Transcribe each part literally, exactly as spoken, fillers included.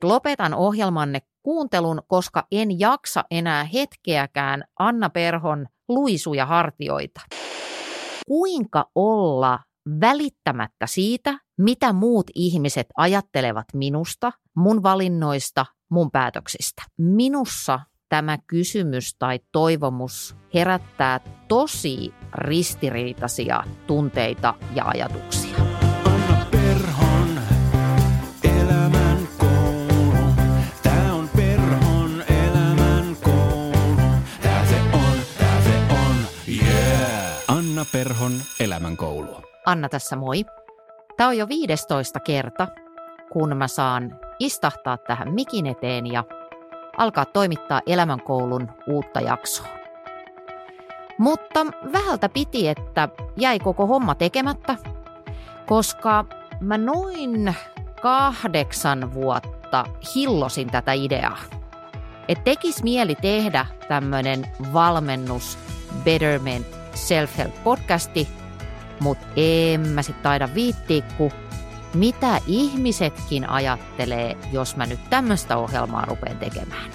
lopetan ohjelmanne kuuntelun, koska en jaksa enää hetkeäkään Anna Perhon luisuja hartioita. Kuinka olla välittämättä siitä, mitä muut ihmiset ajattelevat minusta, mun valinnoista, mun päätöksistä? Minussa tämä kysymys tai toivomus herättää tosi ristiriitaisia tunteita ja ajatuksia. Anna Perhon elämän koulu. Tää on Perhon elämän koulu. Tää se on, tää se on, yeah! Anna Perhon elämän koulu. Anna tässä moi. Tämä on jo viidestoista kerta, kun mä saan istahtaa tähän mikin eteen ja alkaa toimittaa elämänkoulun uutta jaksoa. Mutta vähältä piti, että jäi koko homma tekemättä, koska mä noin kahdeksan vuotta hillosin tätä ideaa. Et tekis mieli tehdä tämmönen valmennus Betterment Self-Help podcasti, mutta en mä sit taida viittiä, kun mitä ihmisetkin ajattelee, jos mä nyt tämmöistä ohjelmaa rupean tekemään.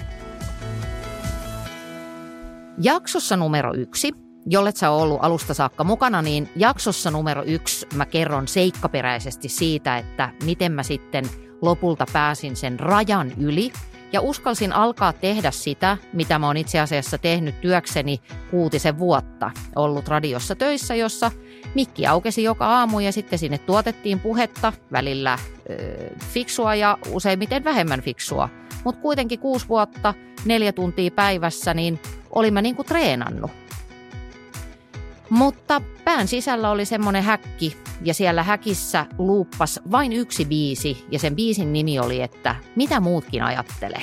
Jaksossa numero yksi, jollet sä ollut alusta saakka mukana, niin jaksossa numero yksi mä kerron seikkaperäisesti siitä, että miten mä sitten lopulta pääsin sen rajan yli ja uskalsin alkaa tehdä sitä, mitä mä oon itse asiassa tehnyt työkseni kuutisen vuotta. Ollut radiossa töissä, jossa mikki aukesi joka aamu ja sitten sinne tuotettiin puhetta, välillä ö, fiksua ja useimmiten vähemmän fiksua. Mutta kuitenkin kuusi vuotta, neljä tuntia päivässä, niin olin mä niinku treenannut. Mutta pään sisällä oli semmoinen häkki ja siellä häkissä luuppas vain yksi biisi ja sen biisin nimi oli, että mitä muutkin ajattelee.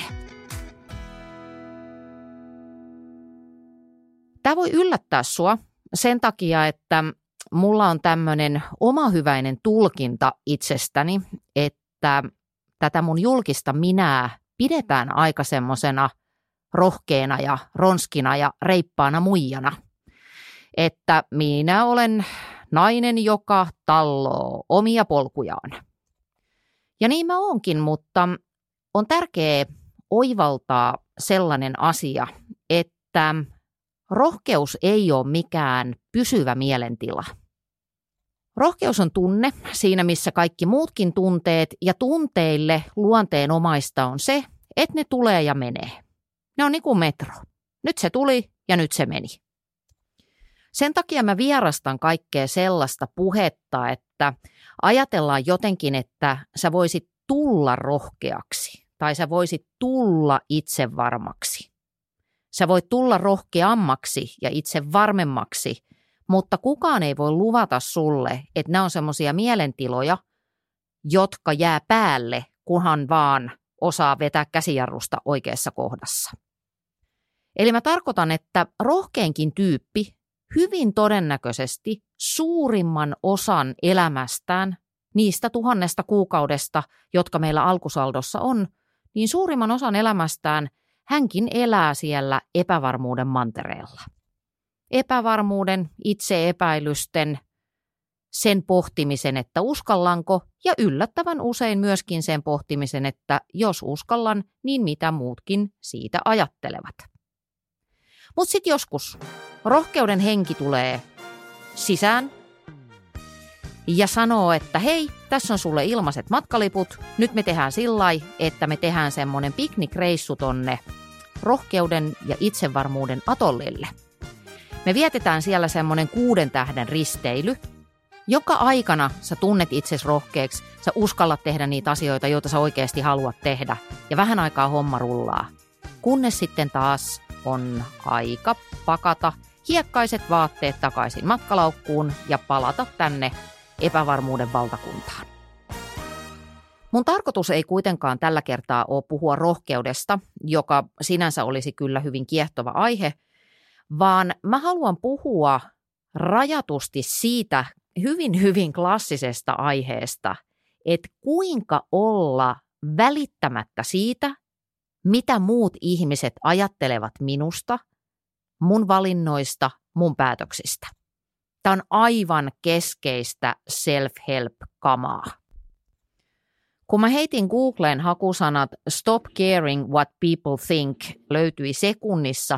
Tämä voi yllättää sua sen takia, että mulla on tämmöinen omahyväinen tulkinta itsestäni, että tätä mun julkista minää pidetään aika semmosena rohkeana ja ronskina ja reippaana muijana. Että minä olen nainen, joka talloo omia polkujaan. Ja niin mä oonkin, mutta on tärkeää oivaltaa sellainen asia, että rohkeus ei ole mikään pysyvä mielentila. Rohkeus on tunne siinä, missä kaikki muutkin tunteet, ja tunteille luonteenomaista on se, että ne tulee ja menee. Ne on niin kuin metro. Nyt se tuli ja nyt se meni. Sen takia mä vierastan kaikkea sellaista puhetta, että ajatellaan jotenkin, että sä voisit tulla rohkeaksi tai sä voisit tulla itsevarmaksi. Sä voit tulla rohkeammaksi ja itsevarmemmaksi, mutta kukaan ei voi luvata sulle, että nämä on semmoisia mielentiloja, jotka jää päälle, kunhan vaan osaa vetää käsijarrusta oikeassa kohdassa. Eli mä tarkoitan, että rohkeinkin tyyppi hyvin todennäköisesti suurimman osan elämästään, niistä tuhannesta kuukaudesta, jotka meillä alkusaldossa on, niin suurimman osan elämästään hänkin elää siellä epävarmuuden mantereella. Epävarmuuden, itseepäilysten, sen pohtimisen, että uskallanko, ja yllättävän usein myöskin sen pohtimisen, että jos uskallan, niin mitä muutkin siitä ajattelevat. Mutta sitten joskus rohkeuden henki tulee sisään ja sanoo, että hei, tässä on sulle ilmaiset matkaliput, nyt me tehdään sillai, että me tehdään semmoinen piknikreissu tonne rohkeuden ja itsevarmuuden atollille. Me vietetään siellä semmoinen kuuden tähden risteily, joka aikana sä tunnet itsesi rohkeaksi, sä uskallat tehdä niitä asioita, joita sä oikeasti haluat tehdä, ja vähän aikaa homma rullaa. Kunnes sitten taas on aika pakata hiekkaiset vaatteet takaisin matkalaukkuun ja palata tänne epävarmuuden valtakuntaan. Mun tarkoitus ei kuitenkaan tällä kertaa ole puhua rohkeudesta, joka sinänsä olisi kyllä hyvin kiehtova aihe, vaan mä haluan puhua rajatusti siitä hyvin hyvin klassisesta aiheesta, että kuinka olla välittämättä siitä, mitä muut ihmiset ajattelevat minusta, mun valinnoista, mun päätöksistä. Tämä on aivan keskeistä self-help-kamaa. Kun mä heitin Googleen hakusanat Stop caring what people think, löytyi sekunnissa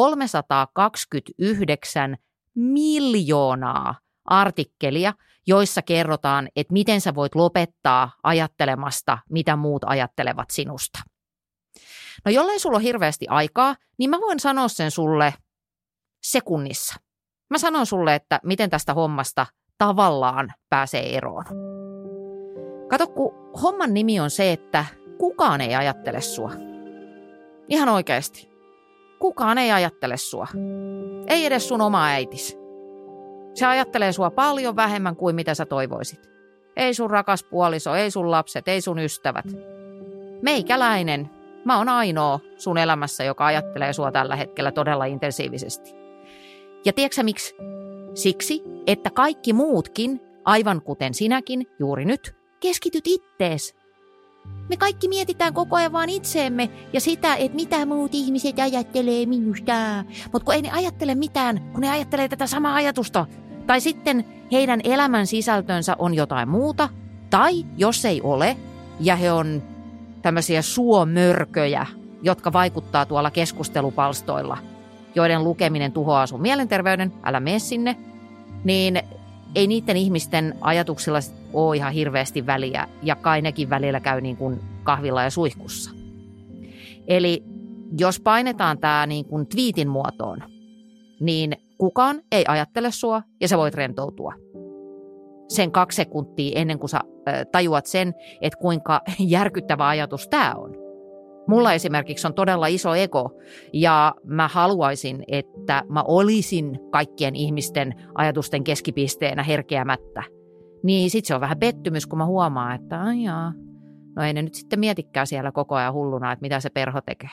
kolmesataakaksikymmentäyhdeksän miljoonaa artikkelia, joissa kerrotaan, että miten sä voit lopettaa ajattelemasta, mitä muut ajattelevat sinusta. No jollei sulla ole hirveästi aikaa, niin mä voin sanoa sen sulle sekunnissa. Mä sanon sulle, että miten tästä hommasta tavallaan pääsee eroon. Kato, kun homman nimi on se, että kukaan ei ajattele sua. Ihan oikeasti. Kukaan ei ajattele sua. Ei edes sun oma äitis. Se ajattelee sua paljon vähemmän kuin mitä sä toivoisit. Ei sun rakas puoliso, ei sun lapset, ei sun ystävät. Meikäläinen, mä oon ainoa sun elämässä, joka ajattelee sua tällä hetkellä todella intensiivisesti. Ja tiedätkö miksi? Siksi, että kaikki muutkin, aivan kuten sinäkin juuri nyt, keskityt ittees. Me kaikki mietitään koko ajan vaan itseemme ja sitä, että mitä muut ihmiset ajattelee minusta. Mutta kun ei ne ajattele mitään, kun ne ajattelee tätä samaa ajatusta. Tai sitten heidän elämän sisältönsä on jotain muuta. Tai jos ei ole, ja he on tämmöisiä suomörköjä, jotka vaikuttaa tuolla keskustelupalstoilla, joiden lukeminen tuhoaa sun mielenterveyden, älä mene sinne, niin ei niiden ihmisten ajatuksilla ole ihan hirveästi väliä, ja kai nekin välillä käy niin kuin kahvilla ja suihkussa. Eli jos painetaan tämä niin kuin twiitin muotoon, niin kukaan ei ajattele sua, ja sä voit rentoutua. Sen kaksi sekuntia ennen kuin sä tajuat sen, että kuinka järkyttävä ajatus tämä on. Mulla esimerkiksi on todella iso ego, ja mä haluaisin, että mä olisin kaikkien ihmisten ajatusten keskipisteenä herkeämättä. Niin sit se on vähän pettymys, kun mä huomaan, että aijaa, no ei ne nyt sitten mietikään siellä koko ajan hulluna, että mitä se perho tekee.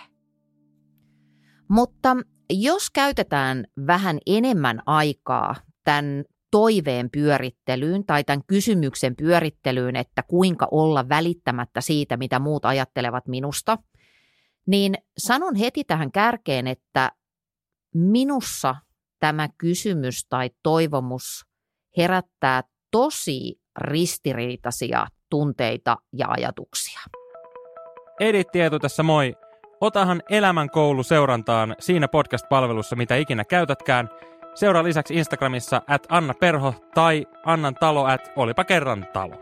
Mutta jos käytetään vähän enemmän aikaa tämän toiveen pyörittelyyn tai tämän kysymyksen pyörittelyyn, että kuinka olla välittämättä siitä, mitä muut ajattelevat minusta, niin sanon heti tähän kärkeen, että minussa tämä kysymys tai toivomus herättää tosi ristiriitaisia tunteita ja ajatuksia. Edith Tietu tässä moi. Otahan Elämänkoulu seurantaan siinä podcast-palvelussa, mitä ikinä käytätkään. Seuraa lisäksi Instagramissa at Anna Perho tai Annan talo at Olipa kerran talo.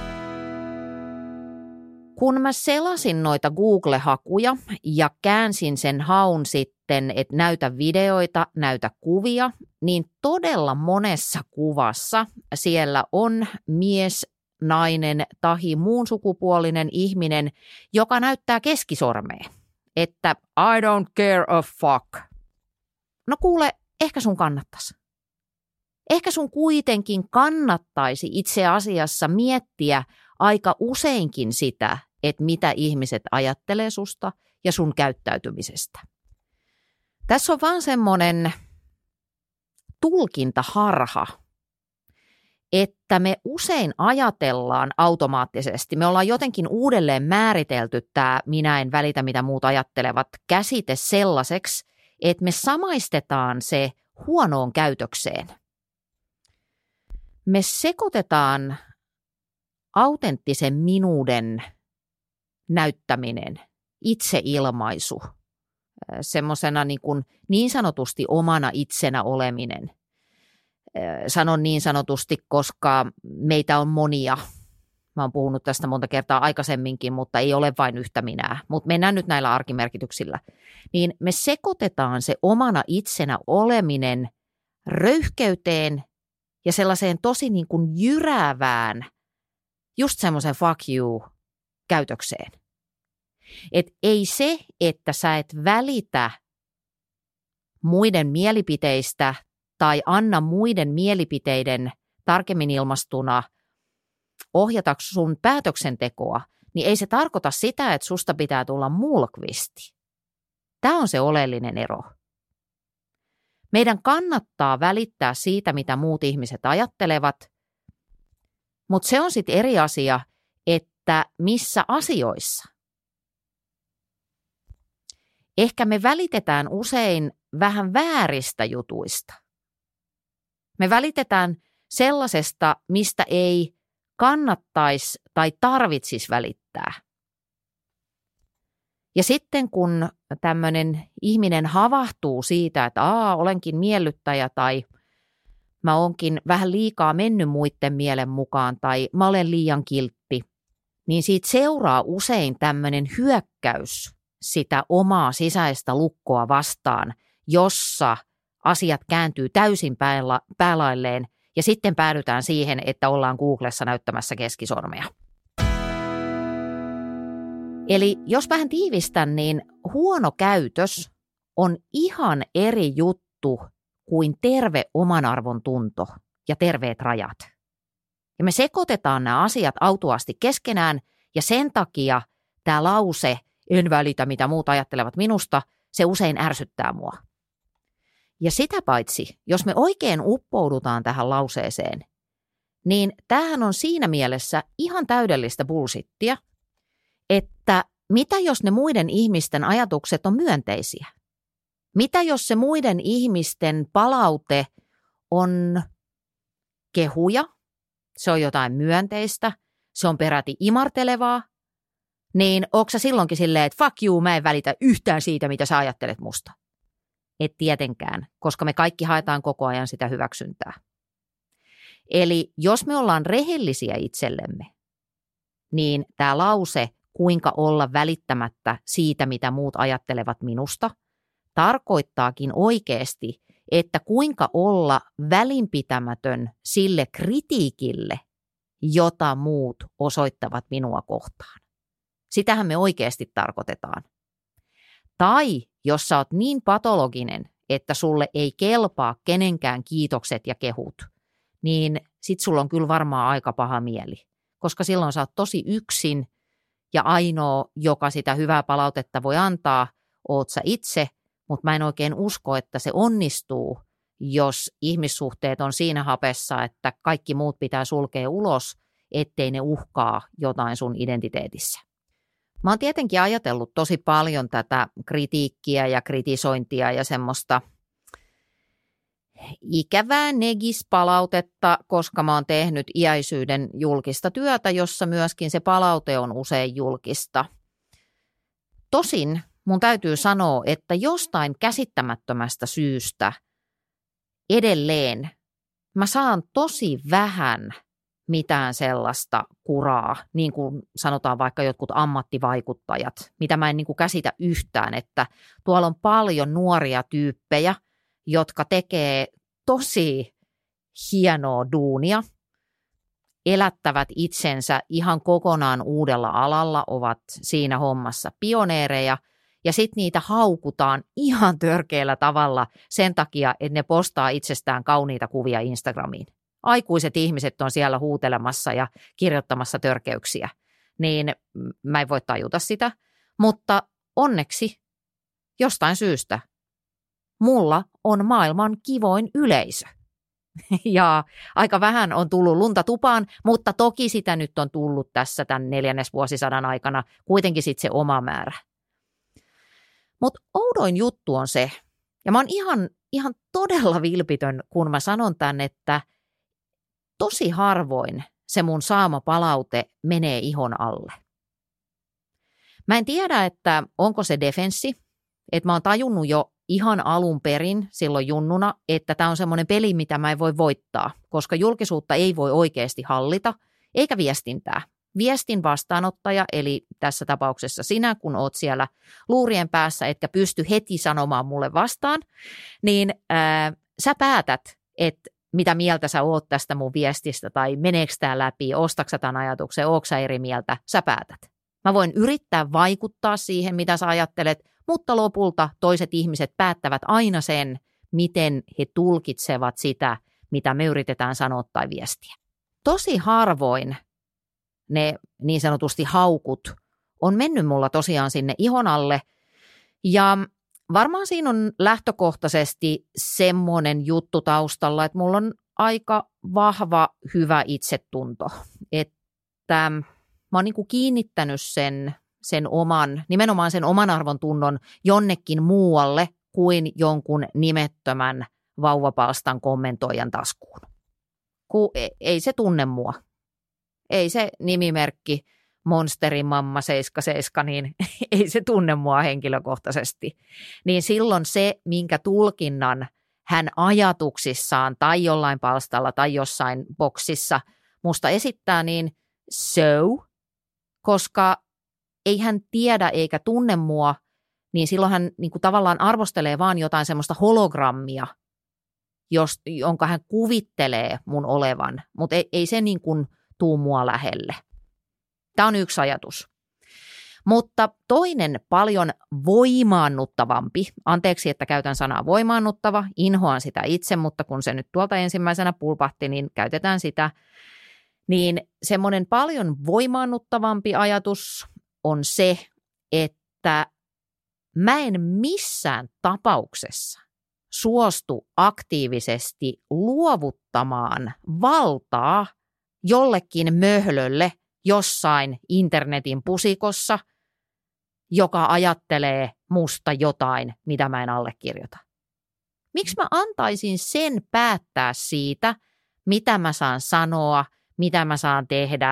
Kun mä selasin noita Google-hakuja ja käänsin sen haun sitten, että näytä videoita, näytä kuvia, niin todella monessa kuvassa siellä on mies, nainen tahi muun sukupuolinen ihminen, joka näyttää keskisormea, että I don't care a fuck. No kuule, ehkä sun kannattaisi. Ehkä sun kuitenkin kannattaisi itse asiassa miettiä aika useinkin sitä, että mitä ihmiset ajattelee susta ja sun käyttäytymisestä. Tässä on vaan semmoinen tulkintaharha, että me usein ajatellaan automaattisesti, me ollaan jotenkin uudelleen määritelty tämä minä en välitä mitä muut ajattelevat käsite sellaiseksi, että me samaistetaan se huonoon käytökseen. Me sekoitetaan autenttisen minuuden näyttäminen, itseilmaisu, semmoisena niin kuin niin sanotusti omana itsenä oleminen. Sanon niin sanotusti, koska meitä on monia. Mä oon puhunut tästä monta kertaa aikaisemminkin, mutta ei ole vain yhtä minää. Mutta mennään nyt näillä arkimerkityksillä. Niin me sekoitetaan se omana itsenä oleminen röyhkeyteen ja sellaiseen tosi niin kuin jyräävään, just semmoisen fuck you käytökseen. Et ei se, että sä et välitä muiden mielipiteistä tai anna muiden mielipiteiden tarkemmin ilmastuna ohjataksi sun päätöksentekoa, niin ei se tarkoita sitä, että susta pitää tulla mulkvisti. Tämä on se oleellinen ero. Meidän kannattaa välittää siitä, mitä muut ihmiset ajattelevat, mutta se on sitten eri asia, että missä asioissa. Ehkä me välitetään usein vähän vääristä jutuista. Me välitetään sellaisesta, mistä ei kannattaisi tai tarvitsisi välittää. Ja sitten kun tämmöinen ihminen havahtuu siitä, että aa, olenkin miellyttäjä tai mä oonkin vähän liikaa mennyt muiden mielen mukaan tai mä olen liian kiltti, niin siitä seuraa usein tämmöinen hyökkäys sitä omaa sisäistä lukkoa vastaan, jossa asiat kääntyy täysin pääla- päälailleen ja sitten päädytään siihen, että ollaan Googlessa näyttämässä keskisormea. Eli jos vähän tiivistän, niin huono käytös on ihan eri juttu kuin terve omanarvon tunto ja terveet rajat. Ja me sekoitetaan nämä asiat autuaasti keskenään ja sen takia tämä lause, en välitä mitä muut ajattelevat minusta, se usein ärsyttää mua. Ja sitä paitsi, jos me oikein uppoudutaan tähän lauseeseen, niin tämähän on siinä mielessä ihan täydellistä bullshittia, että mitä jos ne muiden ihmisten ajatukset on myönteisiä? Mitä jos se muiden ihmisten palaute on kehuja, se on jotain myönteistä, se on peräti imartelevaa, niin onko sä silloinkin silleen, että fuck you, mä en välitä yhtään siitä, mitä sä ajattelet musta? Et tietenkään, koska me kaikki haetaan koko ajan sitä hyväksyntää. Eli jos me ollaan rehellisiä itsellemme, niin tämä lause, kuinka olla välittämättä siitä, mitä muut ajattelevat minusta, tarkoittaakin oikeasti, että kuinka olla välinpitämätön sille kritiikille, jota muut osoittavat minua kohtaan. Sitähän me oikeasti tarkoitetaan. Tai jos sä oot niin patologinen, että sulle ei kelpaa kenenkään kiitokset ja kehut, niin sit sulla on kyllä varmaan aika paha mieli, koska silloin sä oot tosi yksin ja ainoa, joka sitä hyvää palautetta voi antaa, oot sä itse, mutta mä en oikein usko, että se onnistuu, jos ihmissuhteet on siinä hapessa, että kaikki muut pitää sulkea ulos, ettei ne uhkaa jotain sun identiteetissä. Mä oon tietenkin ajatellut tosi paljon tätä kritiikkiä ja kritisointia ja semmoista ikävää negispalautetta, koska mä oon tehnyt iäisyyden julkista työtä, jossa myöskin se palaute on usein julkista. Tosin mun täytyy sanoa, että jostain käsittämättömästä syystä edelleen mä saan tosi vähän mitään sellaista kuraa, niin kuin sanotaan vaikka jotkut ammattivaikuttajat, mitä mä en niin kuin käsitä yhtään, että tuolla on paljon nuoria tyyppejä, jotka tekee tosi hienoa duunia, elättävät itsensä ihan kokonaan uudella alalla, ovat siinä hommassa pioneereja, ja sitten niitä haukutaan ihan törkeällä tavalla sen takia, että ne postaa itsestään kauniita kuvia Instagramiin. Aikuiset ihmiset on siellä huutelemassa ja kirjoittamassa törkeyksiä, niin mä en voi tajuta sitä, mutta onneksi jostain syystä mulla on maailman kivoin yleisö. Ja aika vähän on tullut lunta tupaan, mutta toki sitä nyt on tullut tässä tämän neljännesvuosisadan aikana kuitenkin sitten se oma määrä. Mutta oudoin juttu on se, ja mä oon ihan, ihan todella vilpitön, kun mä sanon tän, että tosi harvoin se mun saama palaute menee ihon alle. Mä en tiedä, että onko se defenssi, että mä oon tajunnut jo ihan alun perin silloin junnuna, että tämä on semmoinen peli, mitä mä en voi voittaa, koska julkisuutta ei voi oikeasti hallita, eikä viestintää. Viestin vastaanottaja, eli tässä tapauksessa sinä, kun oot siellä luurien päässä, etkä pysty heti sanomaan mulle vastaan, niin ää, sä päätät, että mitä mieltä sä oot tästä mun viestistä, tai meneekö tää läpi, ostatko sä tämän ajatuksen, ootko sä eri mieltä, sä päätät. Mä voin yrittää vaikuttaa siihen, mitä sä ajattelet, mutta lopulta toiset ihmiset päättävät aina sen, miten he tulkitsevat sitä, mitä me yritetään sanoa tai viestiä. Tosi harvoin ne niin sanotusti haukut on mennyt mulla tosiaan sinne ihon alle, ja varmaan siinä on lähtökohtaisesti semmoinen juttu taustalla, että mulla on aika vahva hyvä itsetunto, että mä oon niin kuin kiinnittänyt sen, sen oman, nimenomaan sen oman arvon tunnon jonnekin muualle kuin jonkun nimettömän vauvapalstan kommentoijan taskuun. Kun ei se tunne mua. Ei se nimimerkki Monsterin mamma seitsemän seitsemän, niin ei se tunne mua henkilökohtaisesti. Niin silloin se, minkä tulkinnan hän ajatuksissaan tai jollain palstalla tai jossain boksissa musta esittää, niin so, koska ei hän tiedä eikä tunne mua, niin silloin hän niin kuin tavallaan arvostelee vaan jotain semmoista hologrammia, jos, jonka hän kuvittelee mun olevan, mutta ei, ei se niin kuin tuu mua lähelle. Tämä on yksi ajatus. Mutta toinen paljon voimaannuttavampi, anteeksi, että käytän sanaa voimaannuttava, inhoan sitä itse, mutta kun se nyt tuolta ensimmäisenä pulpahti, niin käytetään sitä, niin semmoinen paljon voimaannuttavampi ajatus on se, että mä en missään tapauksessa suostu aktiivisesti luovuttamaan valtaa jollekin möhlölle jossain internetin pusikossa, joka ajattelee musta jotain, mitä mä en allekirjoita. Miksi mä antaisin sen päättää siitä, mitä mä saan sanoa, mitä mä saan tehdä,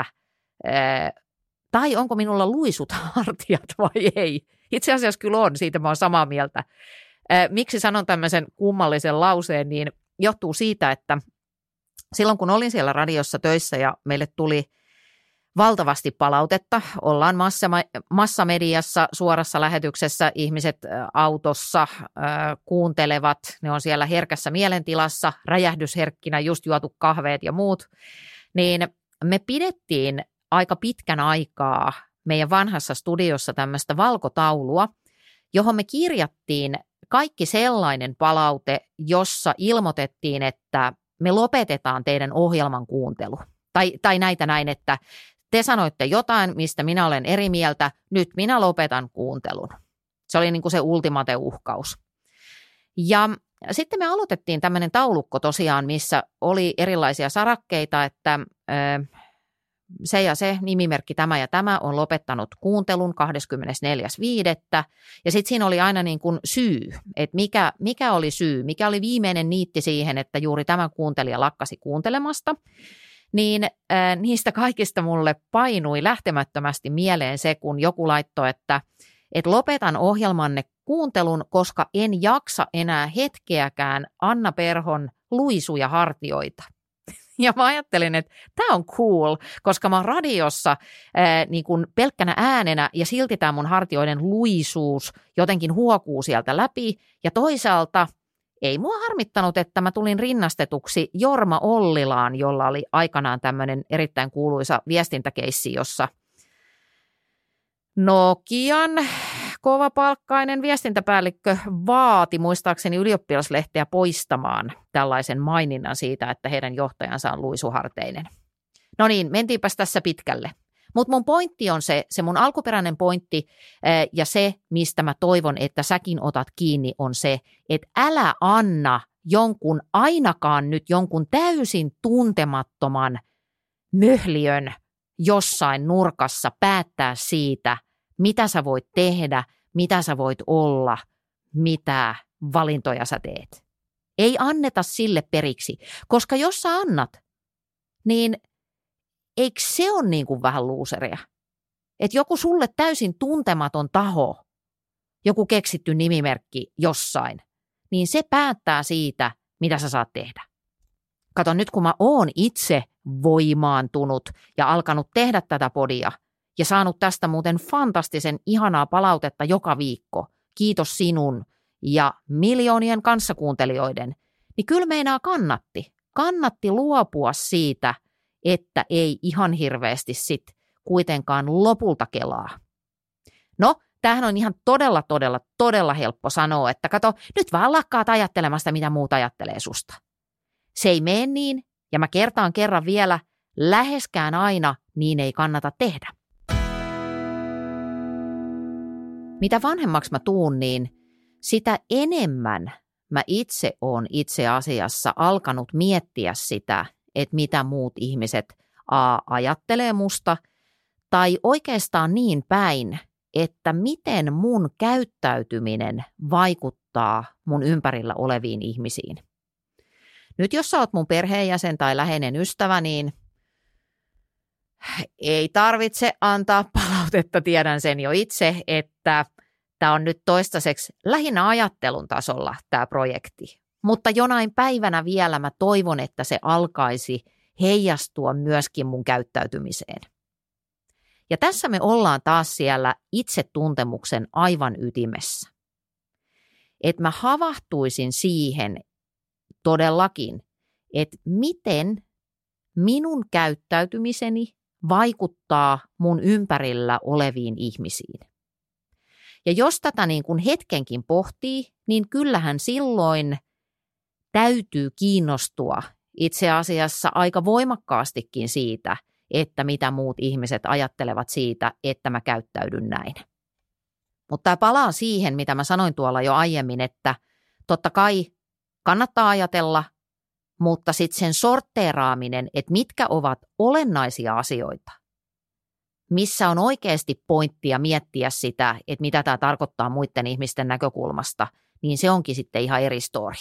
tai onko minulla luisut hartiat vai ei? Itse asiassa kyllä on, siitä mä oon samaa mieltä. Miksi sanon tämmöisen kummallisen lauseen, niin johtuu siitä, että silloin kun olin siellä radiossa töissä ja meille tuli valtavasti palautetta, ollaan massa, massamediassa, suorassa lähetyksessä, ihmiset autossa äh, kuuntelevat, ne on siellä herkässä mielentilassa, räjähdysherkkinä, just juotu kahveet ja muut, niin me pidettiin aika pitkän aikaa meidän vanhassa studiossa tämmöistä valkotaulua, johon me kirjattiin kaikki sellainen palaute, jossa ilmoitettiin, että me lopetetaan teidän ohjelman kuuntelu. Tai, tai näitä näin, että te sanoitte jotain, mistä minä olen eri mieltä, nyt minä lopetan kuuntelun. Se oli niin kuin se ultimate-uhkaus. Ja sitten me aloitettiin tämmöinen taulukko tosiaan, missä oli erilaisia sarakkeita, että se ja se nimimerkki tämä ja tämä on lopettanut kuuntelun kahdeskymmenesneljäs viidettä Ja sitten siinä oli aina niin kuin syy, että mikä, mikä oli syy, mikä oli viimeinen niitti siihen, että juuri tämä kuuntelija lakkasi kuuntelemasta. Niin äh, niistä kaikista mulle painui lähtemättömästi mieleen se, kun joku laittoi, että et lopetan ohjelmanne kuuntelun, koska en jaksa enää hetkeäkään Anna Perhon luisuja hartioita. Ja mä ajattelin, että tämä on cool, koska mä oon radiossa ää, niin kuin pelkkänä äänenä ja silti tämä mun hartioiden luisuus jotenkin huokuu sieltä läpi. Ja toisaalta ei mua harmittanut, että mä tulin rinnastetuksi Jorma Ollilaan, jolla oli aikanaan tämmöinen erittäin kuuluisa viestintäkeissi, jossa Nokian kovapalkkainen viestintäpäällikkö vaati muistaakseni ylioppilaslehteä poistamaan tällaisen maininnan siitä, että heidän johtajansa on luisuharteinen. No niin, mentiinpäs tässä pitkälle. Mutta mun pointti on se, se mun alkuperäinen pointti ja se, mistä mä toivon, että säkin otat kiinni, on se, että älä anna jonkun, ainakaan nyt jonkun täysin tuntemattoman möhliön jossain nurkassa päättää siitä, mitä sä voit tehdä, mitä sä voit olla, mitä valintoja sä teet. Ei anneta sille periksi, koska jos sä annat, niin eikö se ole niin kuin vähän luuseria? Että joku sulle täysin tuntematon taho, joku keksitty nimimerkki jossain, niin se päättää siitä, mitä sä saat tehdä. Kato, nyt kun mä oon itse voimaantunut ja alkanut tehdä tätä podia ja saanut tästä muuten fantastisen ihanaa palautetta joka viikko, kiitos sinun ja miljoonien kanssakuuntelijoiden, niin kyllä meinaa kannatti. Kannatti luopua siitä, että ei ihan hirveästi sit kuitenkaan lopulta kelaa. No, tämähän on ihan todella, todella, todella helppo sanoa, että kato, nyt vaan lakkaat ajattelemasta, mitä muut ajattelee susta. Se ei mene niin, ja mä kertaan kerran vielä, läheskään aina niin ei kannata tehdä. Mitä vanhemmaksi mä tuun, niin sitä enemmän mä itse oon itse asiassa alkanut miettiä sitä, että mitä muut ihmiset a, ajattelee musta, tai oikeastaan niin päin, että miten mun käyttäytyminen vaikuttaa mun ympärillä oleviin ihmisiin. Nyt jos sä oot mun perheenjäsen tai läheinen ystävä, niin Ei tarvitse antaa palautetta, tiedän sen jo itse, että tämä on nyt toistaiseksi lähinnä ajattelun tasolla tämä projekti. Mutta jonain päivänä vielä mä toivon, että se alkaisi heijastua myöskin mun käyttäytymiseen. Ja tässä me ollaan taas siellä itsetuntemuksen aivan ytimessä. Että mä havahtuisin siihen todellakin, että miten minun käyttäytymiseni vaikuttaa mun ympärillä oleviin ihmisiin. Ja jos tätä niin kuin hetkenkin pohtii, niin kyllähän silloin täytyy kiinnostua itse asiassa aika voimakkaastikin siitä, että mitä muut ihmiset ajattelevat siitä, että mä käyttäydyn näin. Mutta tämä palaa siihen, mitä mä sanoin tuolla jo aiemmin, että totta kai kannattaa ajatella, mutta sitten sen sortteeraaminen, että mitkä ovat olennaisia asioita, missä on oikeasti pointtia miettiä sitä, että mitä tämä tarkoittaa muiden ihmisten näkökulmasta, niin se onkin sitten ihan eri story.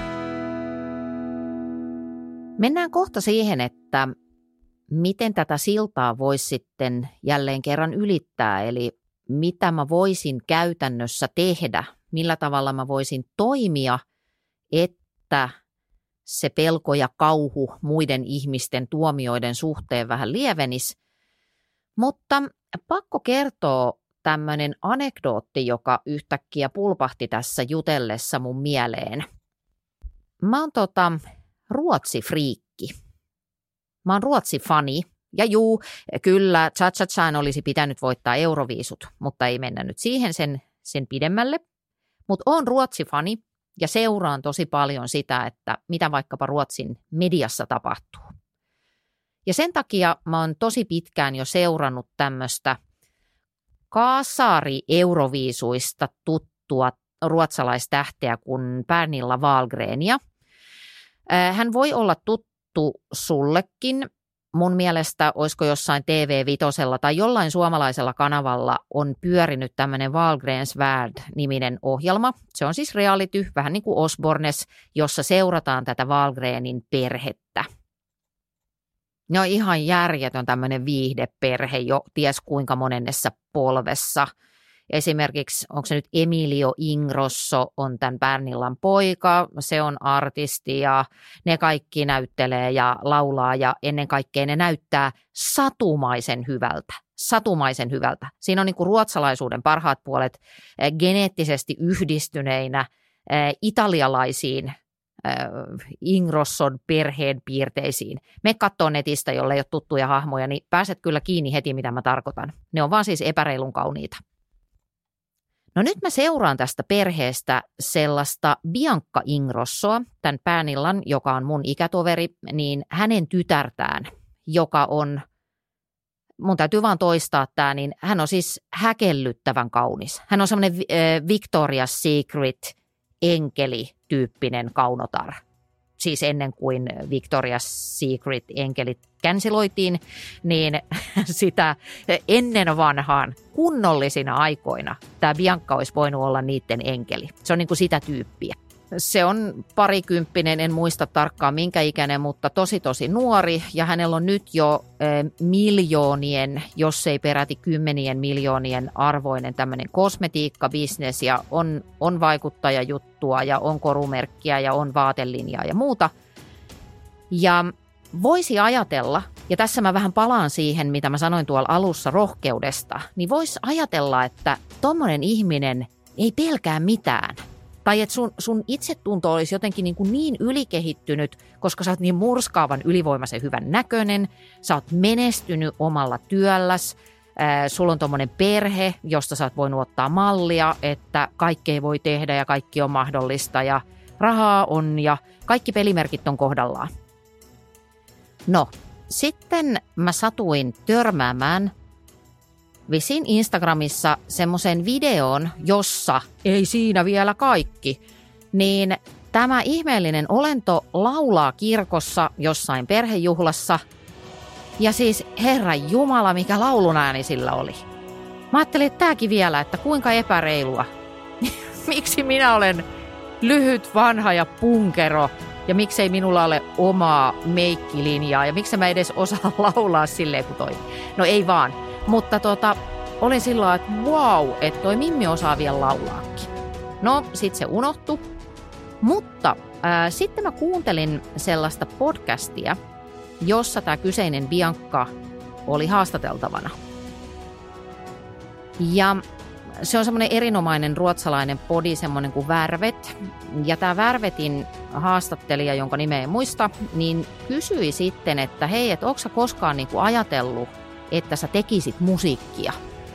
Mennään kohta siihen, että miten tätä siltaa voisi sitten jälleen kerran ylittää, eli mitä mä voisin käytännössä tehdä, millä tavalla mä voisin toimia, että se pelko ja kauhu muiden ihmisten tuomioiden suhteen vähän lievenisi. Mutta pakko kertoa tämmöinen anekdootti, joka yhtäkkiä pulpahti tässä jutellessa mun mieleen. Mä oon tota Ruotsi-friikki. Mä oon Ruotsi-fani. Ja juu, kyllä Cha-Cha-Chan olisi pitänyt voittaa Euroviisut, mutta ei mennä nyt siihen sen, sen pidemmälle. Mutta oon Ruotsi-fani ja seuraan tosi paljon sitä, että mitä vaikkapa Ruotsin mediassa tapahtuu. Ja sen takia mä oon tosi pitkään jo seurannut tämmöistä kasari-euroviisuista tuttua ruotsalaistähteä kuin Pernilla Wahlgrenia. Hän voi olla tuttu sullekin. Mun mielestä olisiko jossain T V Vitosella tai jollain suomalaisella kanavalla on pyörinyt tämmöinen Wahlgrens Värld-niminen ohjelma. Se on siis reality, vähän niin kuin Osbornes, jossa seurataan tätä Wahlgrenin perhettä. No ihan järjetön tämmöinen viihdeperhe jo ties kuinka monennessa polvessa. Esimerkiksi onko se nyt Emilio Ingrosso on tämän Pernillan poika, se on artisti ja ne kaikki näyttelee ja laulaa ja ennen kaikkea ne näyttää satumaisen hyvältä. Satumaisen hyvältä. Siinä on niin kuin ruotsalaisuuden parhaat puolet äh, geneettisesti yhdistyneinä äh, italialaisiin äh, Ingrosson perheen piirteisiin. Me katsoo netistä, jolle ei ole tuttuja hahmoja, niin pääset kyllä kiinni heti, mitä mä tarkoitan. Ne on vaan siis epäreilun kauniita. No nyt mä seuraan tästä perheestä sellaista Bianca Ingrossoa, tämän Pernillan, joka on mun ikätoveri, niin hänen tytärtään, joka on, mun täytyy vaan toistaa tämä, niin hän on siis häkellyttävän kaunis. Hän on semmoinen äh, Victoria's Secret enkeli-tyyppinen kaunotar. Siis ennen kuin Victoria's Secret enkelit känsiloitiin, niin sitä ennen vanhaan kunnollisina aikoina tämä Bianca olisi voinut olla niiden enkeli. Se on niin kuin sitä tyyppiä. Se on parikymppinen, en muista tarkkaan minkä ikäinen, mutta tosi tosi nuori ja hänellä on nyt jo eh, miljoonien, jos ei peräti kymmenien miljoonien arvoinen tämmöinen kosmetiikkabisnes ja on, on vaikuttajajuttua ja on korumerkkiä ja on vaatelinjaa ja muuta. Ja voisi ajatella, ja tässä mä vähän palaan siihen, mitä mä sanoin tuolla alussa rohkeudesta, niin voisi ajatella, että tommonen ihminen ei pelkää mitään. Tai että sun, sun itsetunto olisi jotenkin niin, kuin niin ylikehittynyt, koska sä oot niin murskaavan ylivoimaisen hyvän näköinen, sä oot menestynyt omalla työlläs, äh, sulla on tommonen perhe, josta sä oot voinut ottaa mallia, että kaikkea voi tehdä ja kaikki on mahdollista ja rahaa on ja kaikki pelimerkit on kohdallaan. No, sitten mä satuin törmäämään visin Instagramissa semmoisen videon, jossa, ei siinä vielä kaikki, niin tämä ihmeellinen olento laulaa kirkossa jossain perhejuhlassa. Ja siis Herran Jumala, mikä laulun ääni sillä oli. Mä ajattelin, että tääkin vielä, että kuinka epäreilua. Miksi minä olen lyhyt, vanha ja punkero Ja miksei minulla ole omaa meikkilinjaa ja miksi mä edes osaa laulaa silleen kuin toi. No ei vaan, mutta tota, olin sillä lailla, että wow, että toi Mimmi osaa vielä laulaakin. No sit se unohtui, mutta ää, sitten mä kuuntelin sellaista podcastia, jossa tämä kyseinen Bianca oli haastateltavana. Ja se on semmoinen erinomainen ruotsalainen podi, semmoinen kuin Värvet. Ja tämä Värvetin haastattelija, jonka nimeä en muista, niin kysyi sitten, että hei, että onko sä koskaan niinku ajatellut, että sä tekisit musiikkia?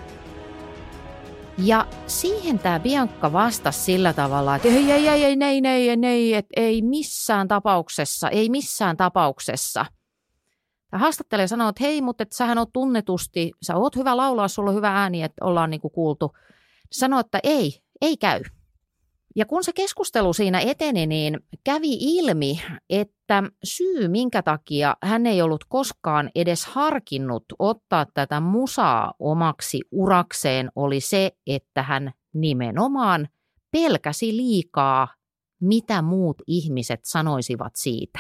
Ja siihen tämä Bianca vastasi sillä tavalla, että ei, ei, ei, ei, ei, ei, ei, ei, että ei missään tapauksessa, ei missään tapauksessa. Tämä haastattelija sanoi, että hei, mutta että sähän oot tunnetusti, sä oot hyvä laulaa, sulla on hyvä ääni, että ollaan niinku kuultu. Sanoi, että ei, ei käy. Ja kun se keskustelu siinä eteni, niin kävi ilmi, että syy, minkä takia hän ei ollut koskaan edes harkinnut ottaa tätä musaa omaksi urakseen, oli se, että hän nimenomaan pelkäsi liikaa, mitä muut ihmiset sanoisivat siitä.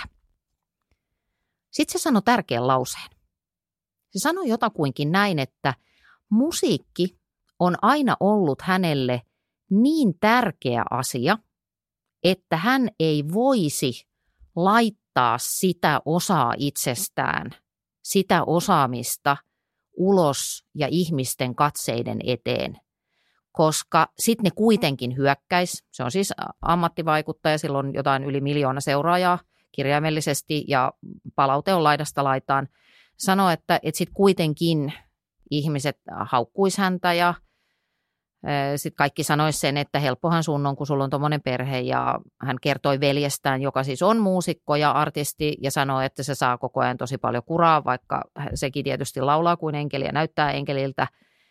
Sitten se sanoi tärkeän lauseen. Se sanoi jotakuinkin näin, että musiikki on aina ollut hänelle niin tärkeä asia, että hän ei voisi laittaa sitä osaa itsestään, sitä osaamista ulos ja ihmisten katseiden eteen, koska sitten ne kuitenkin hyökkäisi. Se on siis ammattivaikuttaja, sillä on jotain yli miljoona seuraajaa kirjaimellisesti ja palaute on laidasta laitaan. Sanoi, että, että sitten kuitenkin ihmiset haukkuisi häntä ja sitten kaikki sanoisi sen, että helppohan sun on, kun sulla on tommoinen perhe, ja hän kertoi veljestään, joka siis on muusikko ja artisti, ja sanoi, että se saa koko ajan tosi paljon kuraa, vaikka sekin tietysti laulaa kuin enkeli ja näyttää enkeliltä.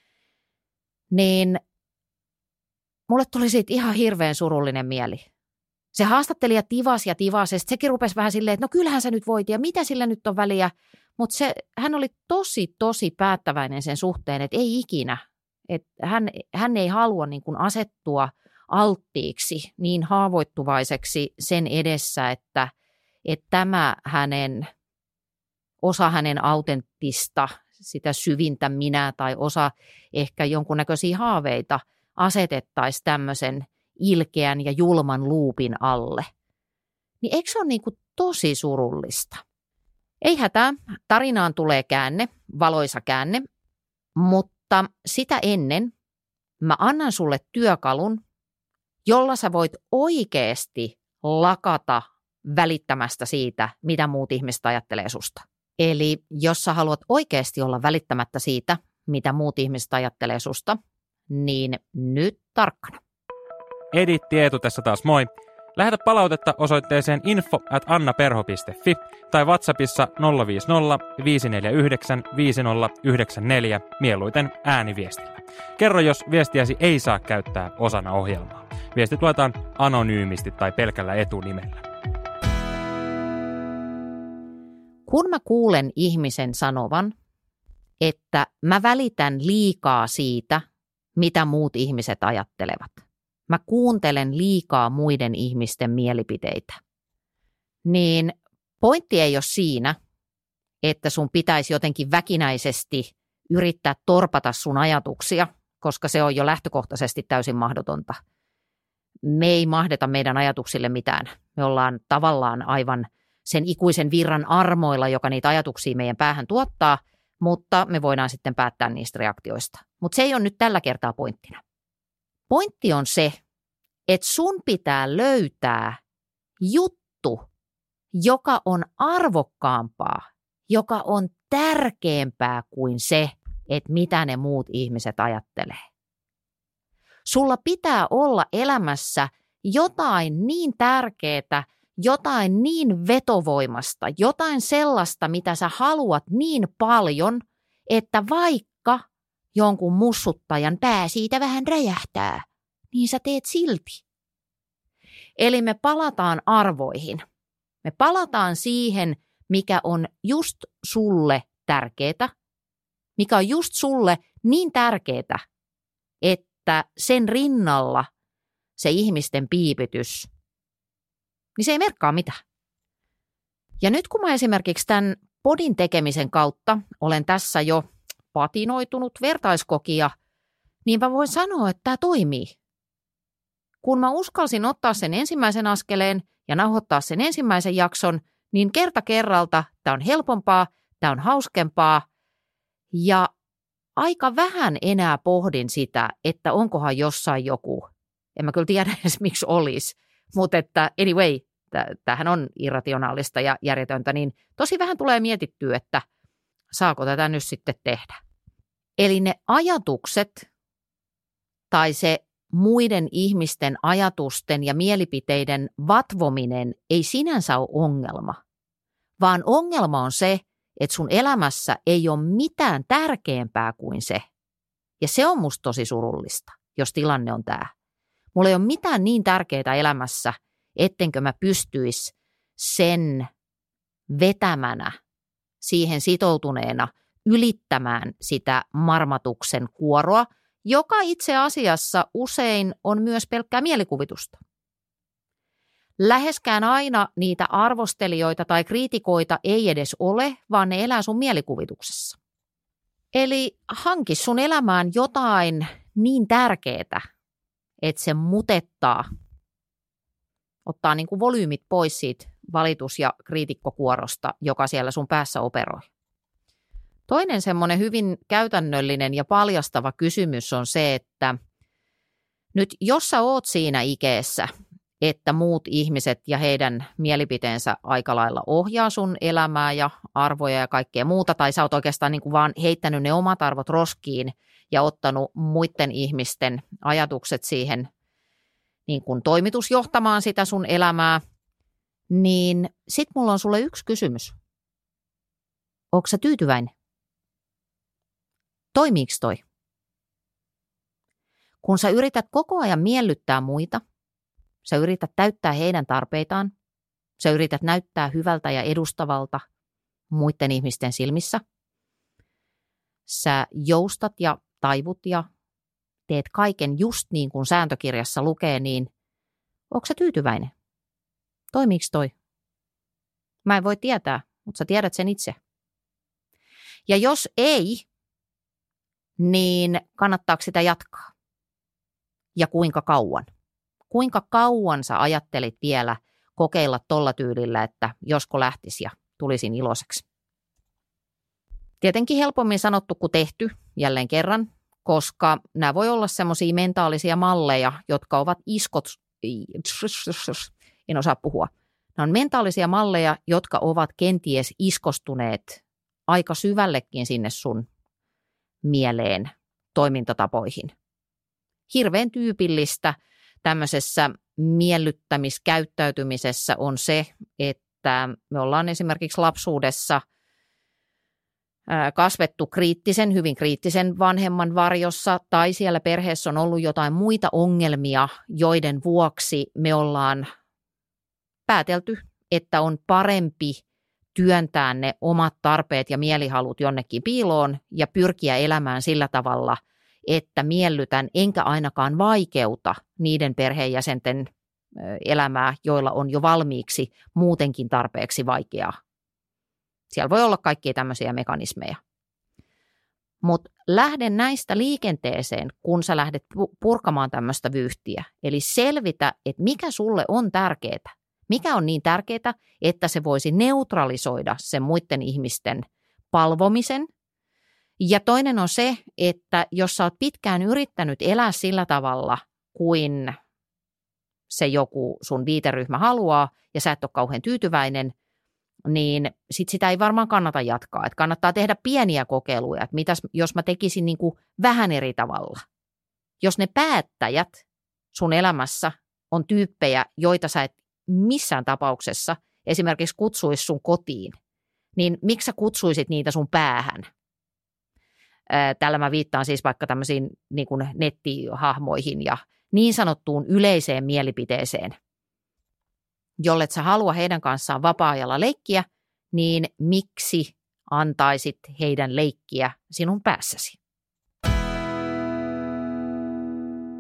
Niin mulle tuli siitä ihan hirveän surullinen mieli. Se haastattelija tivasi ja tivasi, ja sekin rupesi vähän silleen, että no kyllähän sä nyt voit, ja mitä sillä nyt on väliä. Mutta hän oli tosi, tosi päättäväinen sen suhteen, että ei ikinä. Että hän, hän ei halua niin kuin asettua alttiiksi niin haavoittuvaiseksi sen edessä, että, että tämä hänen, osa hänen autenttista, sitä syvintä minää tai osa ehkä jonkunnäköisiä haaveita asetettaisiin tämmöisen ilkeän ja julman luupin alle. Niin eikö se ole niin kuin tosi surullista? Ei hätää, tarinaan tulee käänne, valoisa käänne, mutta Mutta sitä ennen mä annan sulle työkalun, jolla sä voit oikeasti lakata välittämästä siitä, mitä muut ihmiset ajattelee susta. Eli jos sä haluat oikeasti olla välittämättä siitä, mitä muut ihmiset ajattelee susta, niin nyt tarkkana. Editti Eetu tässä taas moi. Lähetä palautetta osoitteeseen info at annaperho piste fi tai WhatsAppissa nolla viisi nolla viisi neljä yhdeksän viisi nolla yhdeksän neljä mieluiten ääniviestillä. Kerro, jos viestiäsi ei saa käyttää osana ohjelmaa. Viestit luetaan anonyymisti tai pelkällä etunimellä. Kun mä kuulen ihmisen sanovan, että mä välitän liikaa siitä, mitä muut ihmiset ajattelevat. Mä kuuntelen liikaa muiden ihmisten mielipiteitä. Niin pointti ei ole siinä, että sun pitäisi jotenkin väkinäisesti yrittää torpata sun ajatuksia, koska se on jo lähtökohtaisesti täysin mahdotonta. Me ei mahdeta meidän ajatuksille mitään. Me ollaan tavallaan aivan sen ikuisen virran armoilla, joka niitä ajatuksia meidän päähän tuottaa, mutta me voidaan sitten päättää niistä reaktioista. Mutta se ei ole nyt tällä kertaa pointtina. Pointti on se, että sun pitää löytää juttu, joka on arvokkaampaa, joka on tärkeämpää kuin se, että mitä ne muut ihmiset ajattelee. Sulla pitää olla elämässä jotain niin tärkeää, jotain niin vetovoimasta, jotain sellaista, mitä sä haluat niin paljon, että vaikka jonkun mussuttajan pää siitä vähän räjähtää, niin sä teet silti. Eli me palataan arvoihin. Me palataan siihen, mikä on just sulle tärkeää, mikä on just sulle niin tärkeää, että sen rinnalla se ihmisten piipitys, niin se ei merkkaa mitään. Ja nyt kun mä esimerkiksi tämän podin tekemisen kautta olen tässä jo patinoitunut vertaiskokia, niin mä voin sanoa, että tämä toimii. Kun mä uskalsin ottaa sen ensimmäisen askeleen ja nauhoittaa sen ensimmäisen jakson, niin kerta kerralta tämä on helpompaa, tämä on hauskempaa ja aika vähän enää pohdin sitä, että onkohan jossain joku, en mä kyllä tiedä edes miksi olisi, mutta että anyway, tämähän on irrationaalista ja järjetöntä, niin tosi vähän tulee mietittyä, että saako tätä nyt sitten tehdä. Eli ne ajatukset tai se muiden ihmisten ajatusten ja mielipiteiden vatvominen ei sinänsä ole ongelma, vaan ongelma on se, että sun elämässä ei ole mitään tärkeämpää kuin se. Ja se on musta tosi surullista, jos tilanne on tämä. Mulla ei ole mitään niin tärkeää elämässä, ettenkö mä pystyisi sen vetämänä, siihen sitoutuneena ylittämään sitä marmatuksen kuoroa, joka itse asiassa usein on myös pelkkää mielikuvitusta. Läheskään aina niitä arvostelijoita tai kriitikoita ei edes ole, vaan ne elää sun mielikuvituksessa. Eli hanki sun elämään jotain niin tärkeää, että se mutettaa, ottaa niin kuin volyymit pois siitä valitus- ja kriitikkokuorosta, joka siellä sun päässä operoi. Toinen semmoinen hyvin käytännöllinen ja paljastava kysymys on se, että nyt jos sä oot siinä ikässä, että muut ihmiset ja heidän mielipiteensä aika lailla ohjaa sun elämää ja arvoja ja kaikkea muuta, tai sä oot oikeastaan niin kuin vaan heittänyt ne omat arvot roskiin ja ottanut muiden ihmisten ajatukset siihen niin kuin toimitusjohtamaan sitä sun elämää, niin sit mulla on sulle yksi kysymys. Ootko sä tyytyväinen? Toimiiko toi? Kun sä yrität koko ajan miellyttää muita, sä yrität täyttää heidän tarpeitaan, sä yrität näyttää hyvältä ja edustavalta muiden ihmisten silmissä, sä joustat ja taivut ja teet kaiken just niin kuin sääntökirjassa lukee, niin ootko sä tyytyväinen? Toimiiko toi? Mä en voi tietää, mutta sä tiedät sen itse. Ja jos ei, niin kannattaako sitä jatkaa? Ja kuinka kauan? Kuinka kauan sä ajattelit vielä kokeilla tolla tyylillä, että josko lähtisi ja tulisin iloiseksi? Tietenkin helpommin sanottu kuin tehty, jälleen kerran, koska nämä voi olla semmoisia mentaalisia malleja, jotka ovat iskot, en osaa puhua. Nämä on mentaalisia malleja, jotka ovat kenties iskostuneet aika syvällekin sinne sun mieleen, toimintatapoihin. Hirveän tyypillistä tämmöisessä miellyttämiskäyttäytymisessä on se, että me ollaan esimerkiksi lapsuudessa kasvettu kriittisen, hyvin kriittisen vanhemman varjossa, tai siellä perheessä on ollut jotain muita ongelmia, joiden vuoksi me ollaan päätelty, että on parempi työntää ne omat tarpeet ja mielihalut jonnekin piiloon ja pyrkiä elämään sillä tavalla, että miellytän enkä ainakaan vaikeuta niiden perheenjäsenten elämää, joilla on jo valmiiksi muutenkin tarpeeksi vaikeaa. Siellä voi olla kaikkia tämmöisiä mekanismeja. Mutta lähde näistä liikenteeseen, kun sä lähdet purkamaan tämmöistä vyyhtiä. Eli selvitä, että mikä sulle on tärkeää. Mikä on niin tärkeää, että se voisi neutralisoida sen muiden ihmisten palvomisen. Ja toinen on se, että jos sä oot pitkään yrittänyt elää sillä tavalla, kuin se joku sun viiteryhmä haluaa, ja sä et ole kauhean tyytyväinen, niin sit sitä ei varmaan kannata jatkaa. Et kannattaa tehdä pieniä kokeiluja, että mitäs jos mä tekisin niin kuin vähän eri tavalla. Jos ne päättäjät sun elämässä on tyyppejä, joita sä et missään tapauksessa esimerkiksi kutsuisi sun kotiin, niin miksi sä kutsuisit niitä sun päähän? Tällä mä viittaan siis vaikka tämmöisiin niin kuin nettihahmoihin ja niin sanottuun yleiseen mielipiteeseen. Jollet sä halua heidän kanssaan vapaa-ajalla leikkiä, niin miksi antaisit heidän leikkiä sinun päässäsi?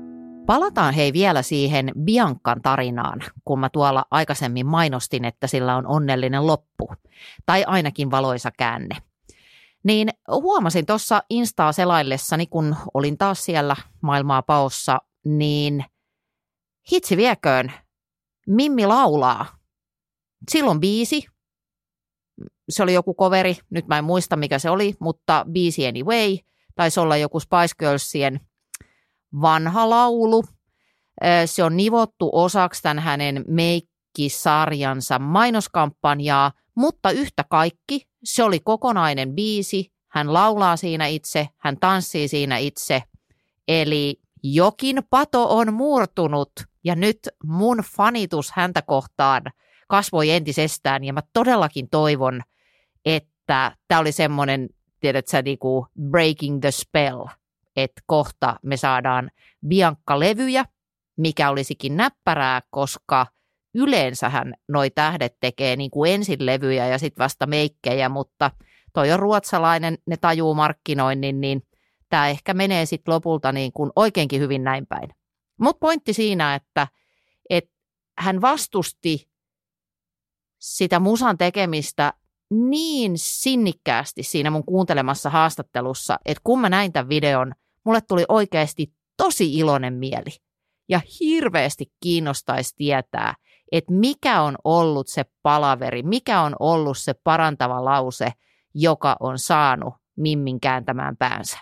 Palataan hei vielä siihen Biancan tarinaan, kun mä tuolla aikaisemmin mainostin, että sillä on onnellinen loppu, tai ainakin valoisa käänne. Niin huomasin tuossa Instaa selaillessani, kun olin taas siellä maailmaa paossa, niin hitsi vieköön, Mimmi laulaa. Silloin biisi, se oli joku coveri, nyt mä en muista mikä se oli, mutta biisi anyway, taisi olla joku Spice Girlsien vanha laulu. Se on nivottu osaksi tämän hänen meikkisarjansa mainoskampanjaa, mutta yhtä kaikki se oli kokonainen biisi. Hän laulaa siinä itse, hän tanssii siinä itse. Eli jokin pato on murtunut ja nyt mun fanitus häntä kohtaan kasvoi entisestään. Ja mä todellakin toivon, että tämä oli semmoinen, tiedätkö, niinku breaking the spell, että kohta me saadaan Bianca-levyjä, mikä olisikin näppärää, koska yleensähän noi tähdet tekee niin kuin ensin levyjä ja sitten vasta meikkejä, mutta toi on ruotsalainen, ne tajuu markkinoinnin, niin tämä ehkä menee sitten lopulta niin kuin oikeinkin hyvin näin päin. Mutta pointti siinä, että, että hän vastusti sitä musan tekemistä niin sinnikkäästi siinä mun kuuntelemassa haastattelussa, että kun mä näin tämän videon, mulle tuli oikeasti tosi iloinen mieli ja hirveästi kiinnostaisi tietää, että mikä on ollut se palaveri, mikä on ollut se parantava lause, joka on saanut Mimmin kääntämään päänsä.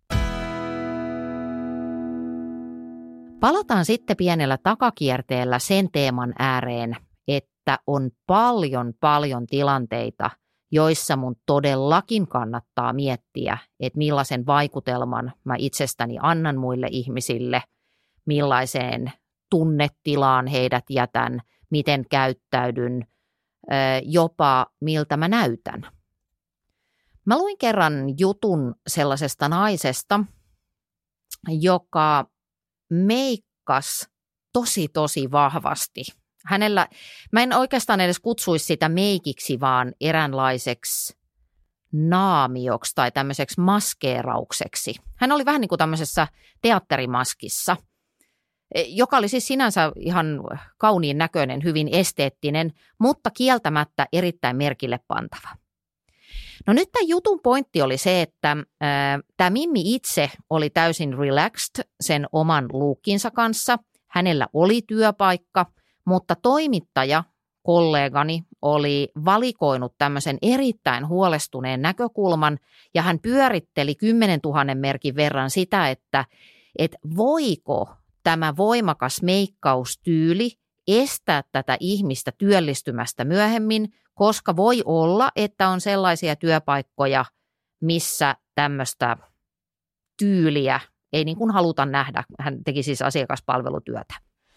Palataan sitten pienellä takakierteellä sen teeman ääreen, että on paljon paljon tilanteita, joissa mun todellakin kannattaa miettiä, että millaisen vaikutelman mä itsestäni annan muille ihmisille, millaiseen tunnetilaan heidät jätän, miten käyttäydyn, jopa miltä mä näytän. Mä luin kerran jutun sellaisesta naisesta, joka meikkas tosi tosi vahvasti. Hänellä, mä en oikeastaan edes kutsuisi sitä meikiksi, vaan eräänlaiseksi naamioksi tai tämmöiseksi maskeeraukseksi. Hän oli vähän niin kuin tämmöisessä teatterimaskissa, joka oli siis sinänsä ihan kauniin näköinen, hyvin esteettinen, mutta kieltämättä erittäin merkille pantava. No nyt tämän jutun pointti oli se, että äh, tämä Mimmi itse oli täysin relaxed sen oman luukkinsa kanssa. Hänellä oli työpaikka, mutta toimittaja, kollegani, oli valikoinut tämmöisen erittäin huolestuneen näkökulman ja hän pyöritteli kymmenentuhannen merkin verran sitä, että et voiko tämä voimakas meikkaustyyli estää tätä ihmistä työllistymästä myöhemmin, koska voi olla, että on sellaisia työpaikkoja, missä tämmöistä tyyliä ei niin kuin haluta nähdä. Hän teki siis asiakaspalvelutyötä.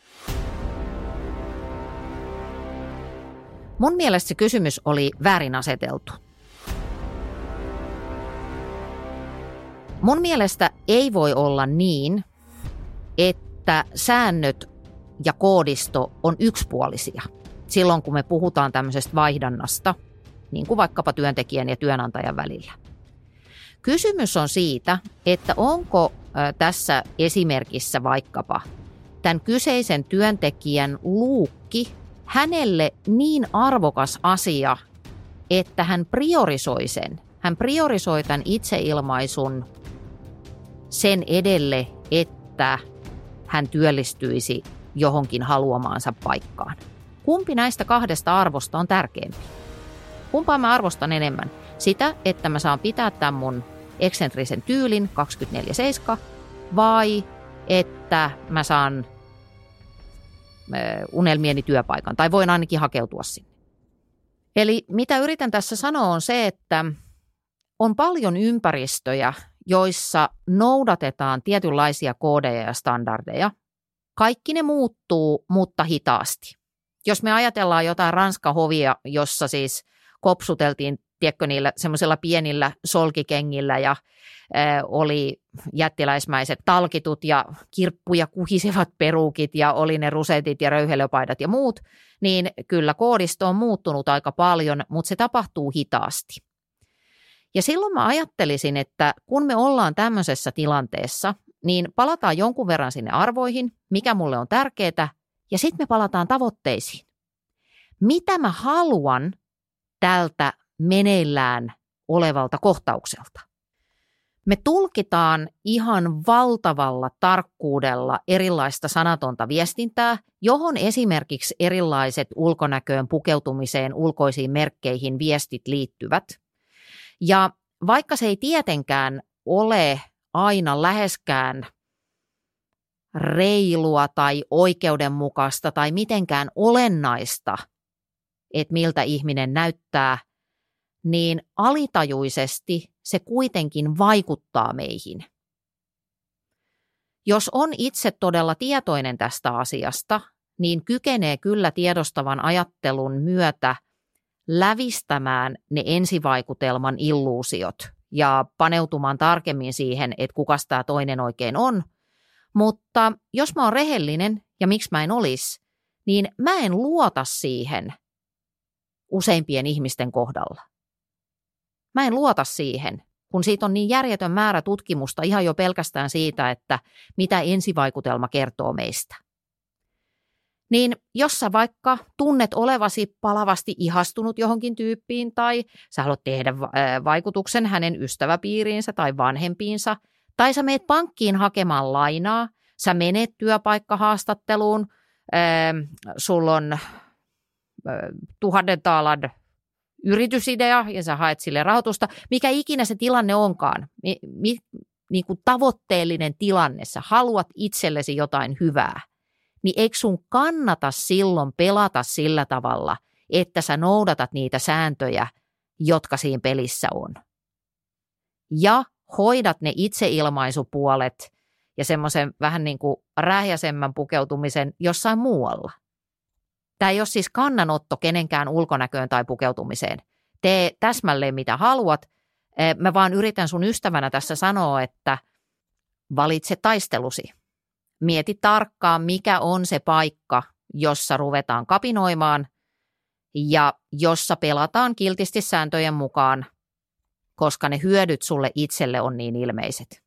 Mun mielestä se kysymys oli väärin aseteltu. Mun mielestä ei voi olla niin, että säännöt ja koodisto on yksipuolisia silloin, kun me puhutaan tämmöisestä vaihdannasta, niin kuin vaikkapa työntekijän ja työnantajan välillä. Kysymys on siitä, että onko tässä esimerkissä vaikkapa tämän kyseisen työntekijän luukki hänelle niin arvokas asia, että hän priorisoi sen. Hän priorisoi tämän itseilmaisun sen edelle, että hän työllistyisi johonkin haluamaansa paikkaan. Kumpi näistä kahdesta arvosta on tärkeämpi? Kumpaa mä arvostan enemmän? Sitä, että mä saan pitää tämän mun eksentrisen tyylin kaksikymmentäneljä seitsemän vai että mä saan unelmieni työpaikan tai voin ainakin hakeutua sinne. Eli mitä yritän tässä sanoa on se, että on paljon ympäristöjä, joissa noudatetaan tietynlaisia koodeja ja standardeja. Kaikki ne muuttuu, mutta hitaasti. Jos me ajatellaan jotain Ranska-hovia, jossa siis kopsuteltiin, tiedätkö, niillä semmoisilla pienillä solkikengillä ja ä, oli jättiläismäiset talkitut ja kirppuja kuhisevat peruukit ja oli ne rusetit ja röyhelöpaidat ja muut, niin kyllä koodisto on muuttunut aika paljon, mutta se tapahtuu hitaasti. Ja silloin mä ajattelisin, että kun me ollaan tämmöisessä tilanteessa, niin palataan jonkun verran sinne arvoihin, mikä mulle on tärkeää, ja sitten me palataan tavoitteisiin. Mitä mä haluan tältä meneillään olevalta kohtaukselta? Me tulkitaan ihan valtavalla tarkkuudella erilaista sanatonta viestintää, johon esimerkiksi erilaiset ulkonäköön, pukeutumiseen, ulkoisiin merkkeihin viestit liittyvät. Ja vaikka se ei tietenkään ole aina läheskään reilua tai oikeudenmukaista tai mitenkään olennaista, että miltä ihminen näyttää, niin alitajuisesti se kuitenkin vaikuttaa meihin. Jos on itse todella tietoinen tästä asiasta, niin kykenee kyllä tiedostavan ajattelun myötä lävistämään ne ensivaikutelman illuusiot ja paneutumaan tarkemmin siihen, että kukas tämä toinen oikein on. Mutta jos mä oon rehellinen, ja miksi mä en olisi, niin mä en luota siihen useimpien ihmisten kohdalla. Mä en luota siihen, kun siitä on niin järjetön määrä tutkimusta ihan jo pelkästään siitä, että mitä ensivaikutelma kertoo meistä. Niin jos sä vaikka tunnet olevasi palavasti ihastunut johonkin tyyppiin tai sä haluat tehdä vaikutuksen hänen ystäväpiiriinsä tai vanhempiinsa, tai sä meet pankkiin hakemaan lainaa, sä menet työpaikkahaastatteluun, äh, sulla on äh, tuhannen taalan yritysidea ja sä haet sille rahoitusta, mikä ikinä se tilanne onkaan, mi, mi, niin kuin tavoitteellinen tilanne, sä haluat itsellesi jotain hyvää, niin eikö sun kannata silloin pelata sillä tavalla, että sä noudatat niitä sääntöjä, jotka siinä pelissä on. Ja hoidat ne itseilmaisupuolet ja semmoisen vähän niin kuin rähjäsemmän pukeutumisen jossain muualla. Tämä ei ole siis kannanotto kenenkään ulkonäköön tai pukeutumiseen. Tee täsmälleen mitä haluat. Mä vaan yritän sun ystävänä tässä sanoa, että valitse taistelusi. Mieti tarkkaan, mikä on se paikka, jossa ruvetaan kapinoimaan ja jossa pelataan kiltisti sääntöjen mukaan, koska ne hyödyt sulle itselle on niin ilmeiset.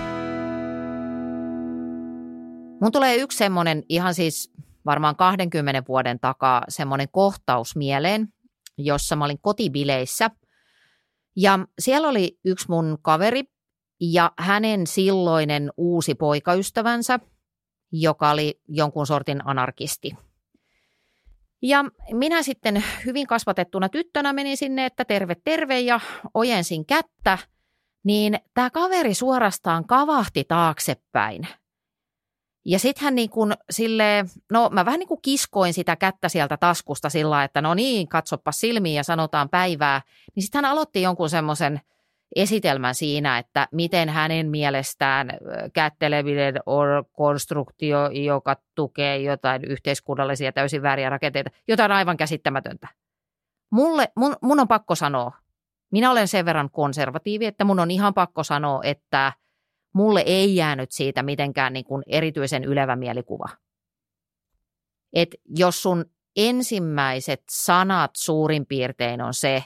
Mun tulee yksi semmoinen ihan siis varmaan kahdenkymmenen vuoden takaa semmoinen kohtaus mieleen, jossa mä olin kotibileissä. Ja siellä oli yksi mun kaveri ja hänen silloinen uusi poikaystävänsä, joka oli jonkun sortin anarkisti. Ja minä sitten hyvin kasvatettuna tyttönä menin sinne, että terve terve ja ojensin kättä, niin tämä kaveri suorastaan kavahti taaksepäin. Ja sitten hän niin kuin silleen, no mä vähän niin kuin kiskoin sitä kättä sieltä taskusta sillä, että no niin, katsoppa silmiin ja sanotaan päivää. Niin sitten hän aloitti jonkun semmoisen esitelmän siinä, että miten hänen mielestään kätteleminen on konstruktio, joka tukee jotain yhteiskunnallisia täysin vääriä rakenteita, jotain aivan käsittämätöntä. Mulle, mun, mun on pakko sanoa, minä olen sen verran konservatiivi, että mun on ihan pakko sanoa, että mulle ei jäänyt siitä mitenkään niin kuin erityisen ylevä mielikuva. Et jos sun ensimmäiset sanat suurin piirtein on se,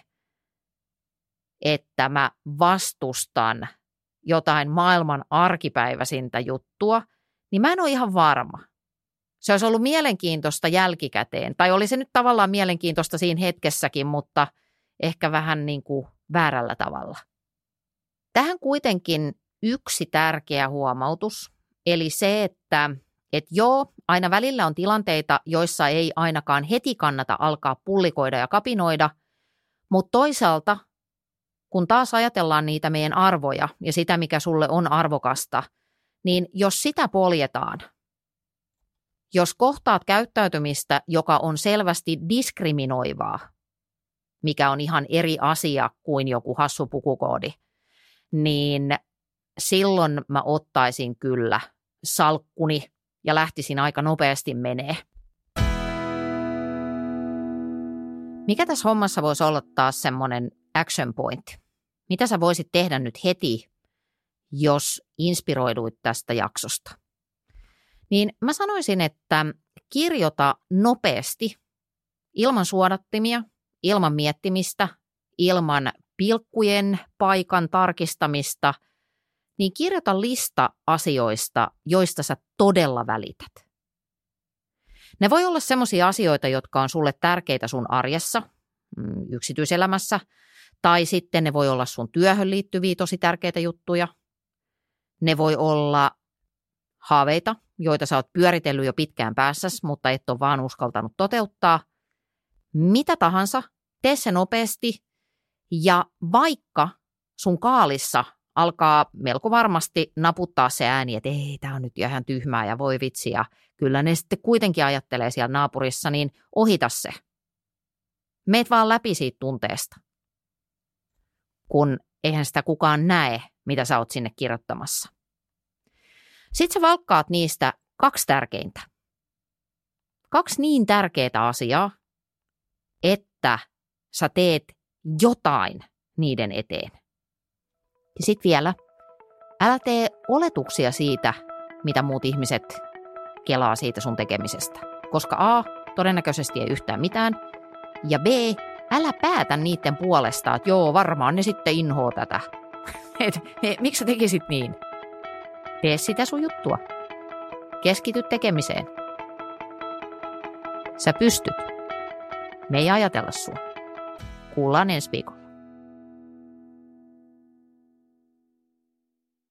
että mä vastustan jotain maailman arkipäiväisintä juttua, niin mä en ole ihan varma. Se olisi ollut mielenkiintoista jälkikäteen, tai oli se nyt tavallaan mielenkiintoista siinä hetkessäkin, mutta ehkä vähän niin kuin väärällä tavalla. Tähän kuitenkin yksi tärkeä huomautus, eli se, että et joo, aina välillä on tilanteita, joissa ei ainakaan heti kannata alkaa pullikoida ja kapinoida, mutta toisaalta, kun taas ajatellaan niitä meidän arvoja ja sitä, mikä sulle on arvokasta, niin jos sitä poljetaan, jos kohtaat käyttäytymistä, joka on selvästi diskriminoivaa, mikä on ihan eri asia kuin joku hassu pukukoodi, niin silloin mä ottaisin kyllä salkkuni ja lähtisin aika nopeasti menee. Mikä tässä hommassa voisi olla taas semmoinen action point? Mitä sä voisit tehdä nyt heti, jos inspiroiduit tästä jaksosta? Niin mä sanoisin, että kirjoita nopeasti, ilman suodattimia, ilman miettimistä, ilman pilkkujen paikan tarkistamista, niin kirjoita lista asioista, joista sä todella välität. Ne voi olla sellaisia asioita, jotka on sulle tärkeitä sun arjessa, yksityiselämässä, tai sitten ne voi olla sun työhön liittyviä tosi tärkeitä juttuja. Ne voi olla haaveita, joita sä oot pyöritellyt jo pitkään päässäsi, mutta et ole vaan uskaltanut toteuttaa. Mitä tahansa, tee se nopeasti, ja vaikka sun kaalissa alkaa melko varmasti naputtaa se ääni, että ei, tää on nyt ihan tyhmää ja voi vitsi, ja kyllä ne sitten kuitenkin ajattelee siellä naapurissa, niin ohita se. Meet vaan läpi siitä tunteesta, kun eihän sitä kukaan näe, mitä sä oot sinne kirjoittamassa. Sitten sä valkkaat niistä kaksi tärkeintä. Kaksi niin tärkeää asiaa, että sä teet jotain niiden eteen. Ja sitten vielä, älä tee oletuksia siitä, mitä muut ihmiset kelaa siitä sun tekemisestä. Koska A, todennäköisesti ei yhtään mitään, ja B, älä päätä niiden puolesta, että joo, varmaan ne sitten inhoo tätä. Et, et, miksi sä tekisit niin? Tee sitä sun juttua. Keskity tekemiseen. Sä pystyt. Me ei ajatella sua. Kuullaan ensi viikolla.